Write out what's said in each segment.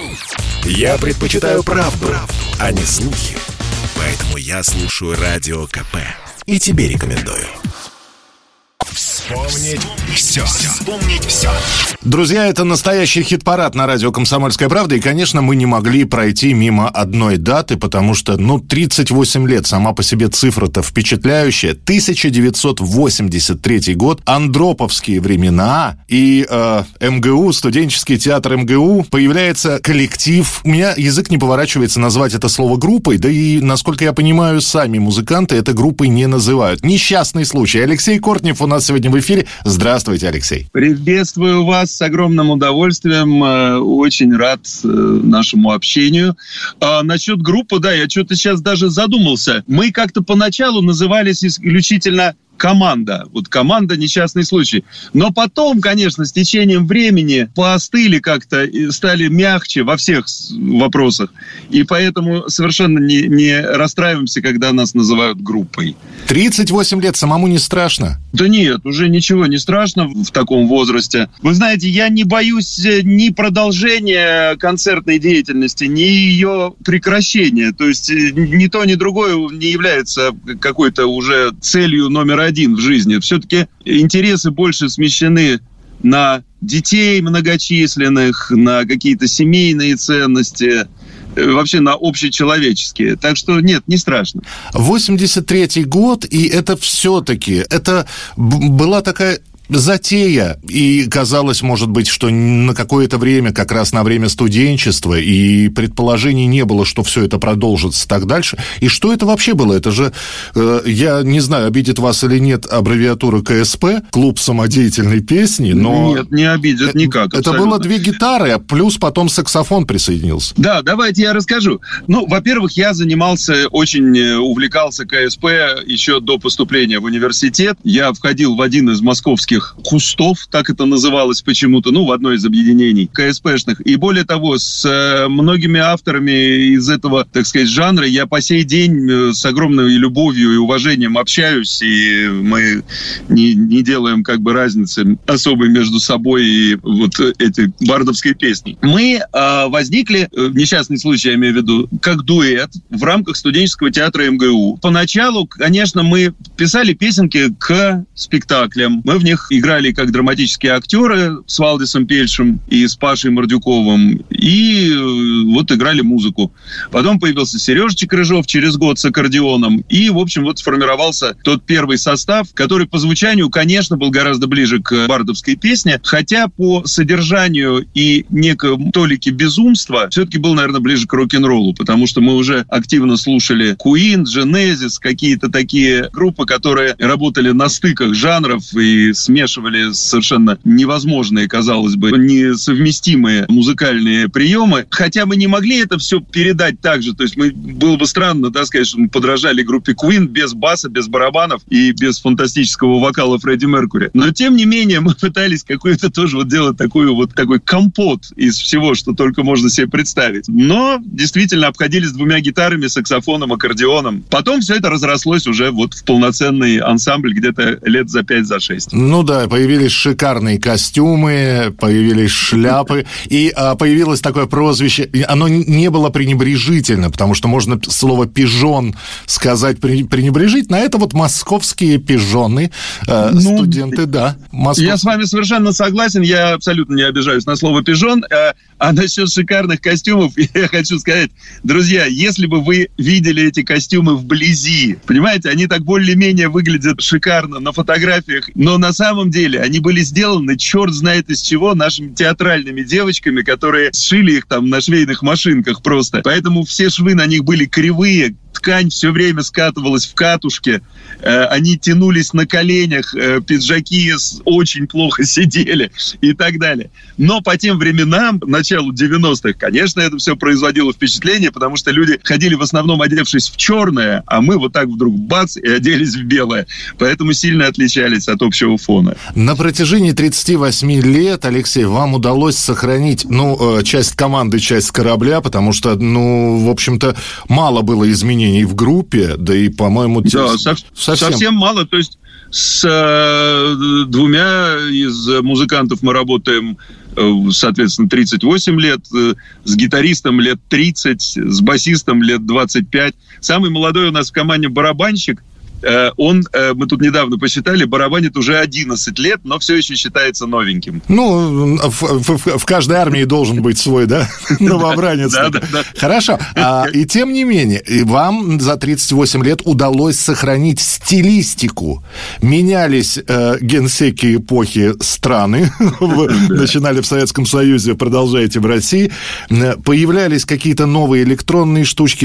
Я предпочитаю правду, а не слухи. Поэтому я слушаю Радио КП. И тебе рекомендую. Вспомнить все. Вспомнить все. Друзья, это настоящий хит-парад на радио «Комсомольская правда». И, конечно, мы не могли пройти мимо одной даты, потому что, 38 лет, сама по себе цифра-то впечатляющая. 1983 год, андроповские времена, и МГУ, студенческий театр МГУ, появляется коллектив. У меня язык не поворачивается назвать это слово группой, да и, насколько я понимаю, сами музыканты это группой не называют. Несчастный случай. Алексей Кортнев у нас сегодня в эфире. Здравствуйте, Алексей. Приветствую вас с огромным удовольствием. Очень рад нашему общению. Насчет группы, да, я что-то сейчас даже задумался. Мы как-то поначалу назывались исключительно команда. Вот команда «Несчастный случай». Но потом, конечно, с течением времени поостыли как-то и стали мягче во всех вопросах. И поэтому совершенно не расстраиваемся, когда нас называют группой. 38 лет, самому не страшно? Да нет, уже ничего не страшно в таком возрасте. Вы знаете, я не боюсь ни продолжения концертной деятельности, ни ее прекращения. То есть ни то, ни другое не является какой-то уже целью номер один в жизни. Все-таки интересы больше смещены на детей многочисленных, на какие-то семейные ценности, вообще на общечеловеческие. Так что нет, не страшно. 83-й год, и это все-таки, это была такая затея, и казалось, может быть, что на какое-то время, как раз на время студенчества, и предположений не было, что все это продолжится так дальше. И что это вообще было? Это же, я не знаю, обидит вас или нет аббревиатура КСП, клуб самодеятельной песни, но... Нет, не обидит никак. Это абсолютно. было 2 гитары, плюс потом саксофон присоединился. Да, давайте я расскажу. Во-первых, я очень увлекался КСП еще до поступления в университет. Я входил в один из московских кустов, так это называлось почему-то, в одно из объединений КСПшных. И более того, с многими авторами из этого, так сказать, жанра я по сей день с огромной любовью и уважением общаюсь, и мы не делаем как бы разницы особой между собой и вот этой бардовской песней. Мы возникли, несчастный случай, я имею в виду, как дуэт в рамках студенческого театра МГУ. Поначалу, конечно, мы писали песенки к спектаклям. Мы в них играли как драматические актеры с Валдисом Пельшем и с Пашей Мордюковым. И вот играли музыку. Потом появился Сережечек Рыжов через год с аккордеоном. И, в общем, вот сформировался тот первый состав, который по звучанию, конечно, был гораздо ближе к бардовской песне, хотя по содержанию и некой толике безумства все-таки был, наверное, ближе к рок-н-роллу, потому что мы уже активно слушали Queen, Genesis, какие-то такие группы, которые работали на стыках жанров и смешивали совершенно невозможные, казалось бы, несовместимые музыкальные приемы. Хотя мы не могли это все передать так же. То есть было бы странно, да, сказать, что мы подражали группе Queen без баса, без барабанов и без фантастического вокала Фредди Меркьюри. Но, тем не менее, мы пытались какой-то тоже вот делать такой компот из всего, что только можно себе представить. Но действительно обходились 2 гитарами, саксофоном, аккордеоном. Потом все это разрослось уже вот в полноценный ансамбль где-то лет за 5-6. Ну да, появились шикарные костюмы, появились шляпы, и появилось такое прозвище. Оно не было пренебрежительно, потому что можно слово «пижон» сказать пренебрежительно, а это вот московские пижоны, студенты, да. Я с вами совершенно согласен, я абсолютно не обижаюсь на слово «пижон». А насчет шикарных костюмов, я хочу сказать, друзья, если бы вы видели эти костюмы вблизи, понимаете, они так более-менее выглядят шикарно на фотографиях, но на самом деле они были сделаны черт знает из чего нашими театральными девочками, которые сшили их там на швейных машинках просто. Поэтому все швы на них были кривые, ткань все время скатывалась в катушке, они тянулись на коленях, пиджаки очень плохо сидели и так далее. Но по тем временам, началу 90-х, конечно, это все производило впечатление, потому что люди ходили в основном одевшись в черное, а мы вот так вдруг бац и оделись в белое. Поэтому сильно отличались от общего фона. На протяжении 38 лет, Алексей, вам удалось сохранить, часть команды, часть корабля, потому что, в общем-то, мало было изменений в группе, да и, по-моему... Да, совсем мало, то есть с 2 из музыкантов мы работаем соответственно, 38 лет, с гитаристом лет 30, с басистом лет 25. Самый молодой у нас в команде барабанщик. Он, мы тут недавно посчитали, барабанит уже 11 лет, но все еще считается новеньким. Ну, в каждой армии должен быть свой, да, новобранец. Да. Хорошо. И тем не менее, вам за 38 лет удалось сохранить стилистику. Менялись генсеки эпохи страны. Начинали в Советском Союзе, продолжаете в России. Появлялись какие-то новые электронные штучки,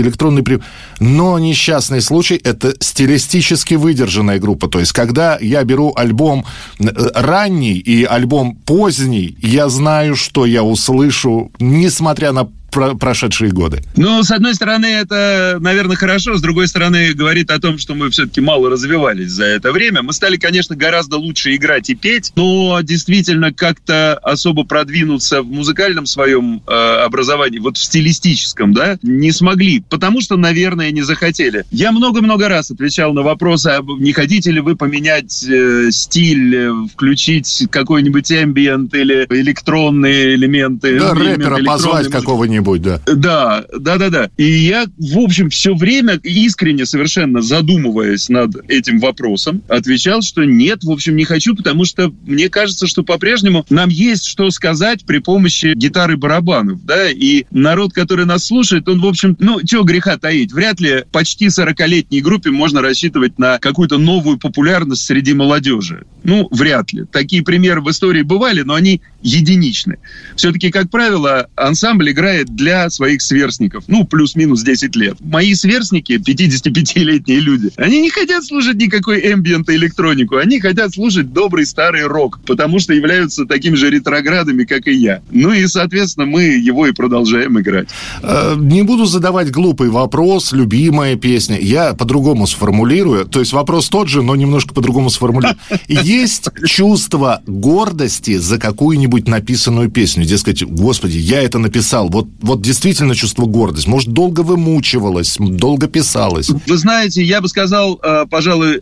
но несчастный случай – это стилистически выдержанная группа. То есть, когда я беру альбом ранний и альбом поздний, я знаю, что я услышу, несмотря на прошедшие годы. Ну, с одной стороны, это, наверное, хорошо. С другой стороны, говорит о том, что мы все-таки мало развивались за это время. Мы стали, конечно, гораздо лучше играть и петь, но действительно как-то особо продвинуться в музыкальном своем образовании, вот в стилистическом, да, не смогли, потому что, наверное, не захотели. Я много-много раз отвечал на вопросы, не хотите ли вы поменять стиль, включить какой-нибудь эмбиент или электронные элементы. Да, рэпера позвать какого-нибудь. Да. И я, в общем, все время искренне совершенно задумываясь над этим вопросом, отвечал, что нет, в общем, не хочу, потому что мне кажется, что по-прежнему нам есть что сказать при помощи гитары и барабанов, да, и народ, который нас слушает, он, в общем, чего греха таить, вряд ли почти 40-летней группе можно рассчитывать на какую-то новую популярность среди молодежи. Вряд ли. Такие примеры в истории бывали, но они единичны. Все-таки, как правило, ансамбль играет для своих сверстников, плюс-минус 10 лет. Мои сверстники, 55-летние люди, они не хотят слушать никакой эмбиент и электронику, они хотят слушать добрый старый рок, потому что являются такими же ретроградами, как и я. И, соответственно, мы его и продолжаем играть. Не буду задавать глупый вопрос, любимая песня. Я по-другому сформулирую, то есть вопрос тот же, но немножко по-другому сформулирую. Есть чувство гордости за какую-нибудь написанную песню, дескать, господи, я это написал, вот действительно чувство гордости. Может, долго вымучивалось, долго писалось. Вы знаете, я бы сказал, пожалуй,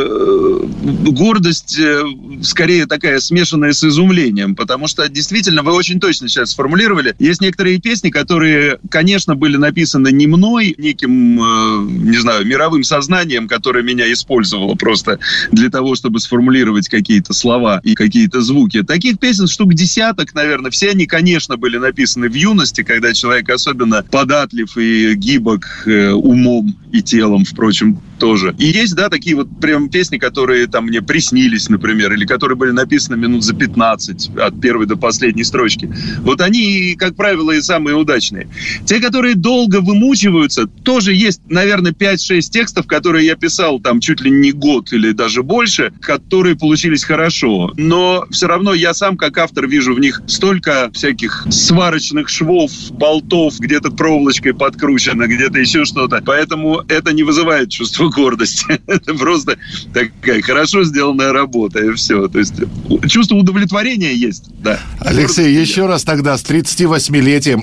гордость скорее такая смешанная с изумлением, потому что действительно, вы очень точно сейчас сформулировали, есть некоторые песни, которые, конечно, были написаны не мной, неким, не знаю, мировым сознанием, которое меня использовало просто для того, чтобы сформулировать какие-то слова и какие-то звуки. Таких песен штук десяток, наверное. Все они, конечно, были написаны в юности, когда человек особенно податлив и гибок умом и телом, впрочем, тоже. И есть, да, такие вот прям песни, которые там мне приснились, например, или которые были написаны минут за 15 от первой до последней строчки. Вот они, как правило, и самые удачные. Те, которые долго вымучиваются, тоже есть, наверное, 5-6 текстов, которые я писал там чуть ли не год или даже больше, которые получились хорошо. Но все равно я сам, как автор, вижу в них столько всяких сварочных швов, болтов, где-то проволочкой подкручено, где-то еще что-то. Поэтому это не вызывает чувство гордости. Это просто такая хорошо сделанная работа, и все. То есть чувство удовлетворения есть, да. Алексей, еще раз тогда с 38-летием,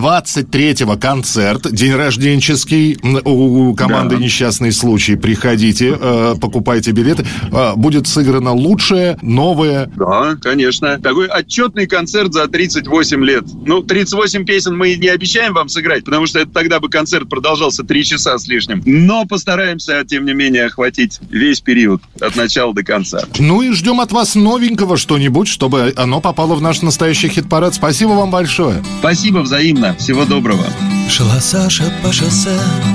23-го концерт, день рожденческий у команды «Несчастный случай». Приходите, покупайте билеты. Будет сыграно лучшее, новое. Да, конечно. Такой отчетный концерт за 38 лет. 38 песен мы не обещаем вам сыграть, потому что это тогда бы концерт продолжался 3 часа с лишним. Но постараемся, тем не менее, охватить весь период от начала до конца. И ждем от вас новенького что-нибудь, чтобы оно попало в наш настоящий хит-парад. Спасибо вам большое. Спасибо, взаимно. Всего доброго. Шла Саша по шоссе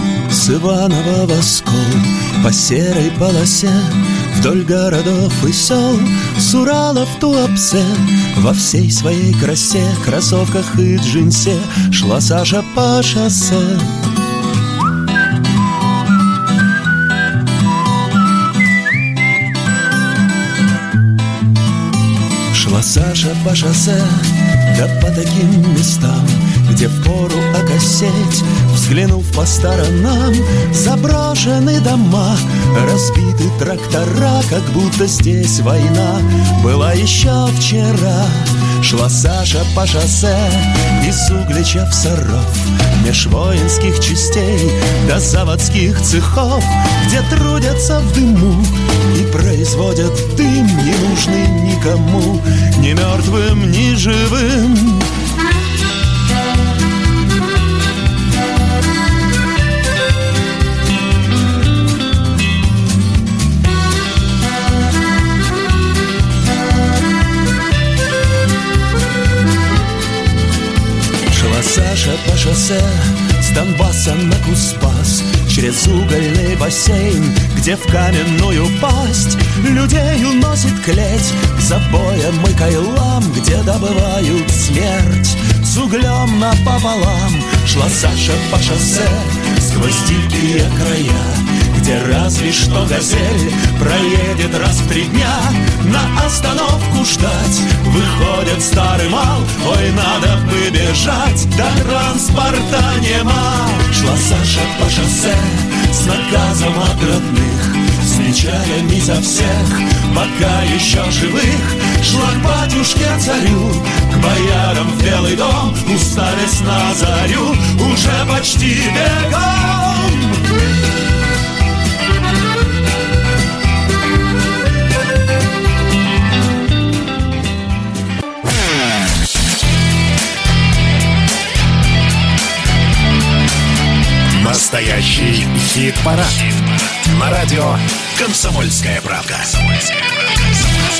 с Иванова в Оскол, по серой полосе вдоль городов и сел, с Урала в Туапсе, во всей своей красе, кроссовках и джинсе шла Саша по шоссе. Шла Саша по шоссе, да по таким местам, где где впору окосеть. Взглянув по сторонам, заброшены дома, разбиты трактора, как будто здесь война была еще вчера. Шла Саша по шоссе из Углича в Саров, меж воинских частей до заводских цехов, где трудятся в дыму и производят дым, не нужный никому, ни мертвым, ни живым. Саша по шоссе с Донбасса на Куспас, через угольный бассейн, где в каменную пасть людей уносит клеть к забоям и кайлам, где добывают смерть с углем напополам. Шла Саша по шоссе сквозь дикие края, где разве что газель проедет раз в 3 дня. На остановку ждать выходит старый мал, ой, надо бы бежать, да транспорта нема. Шла Саша по шоссе с наказом от родных, с печалями за всех, пока еще живых. Шла к батюшке царю, к боярам в Белый дом, уставясь на зарю, уже почти бегом. Настоящий хит-парад. На радио «Комсомольская правда».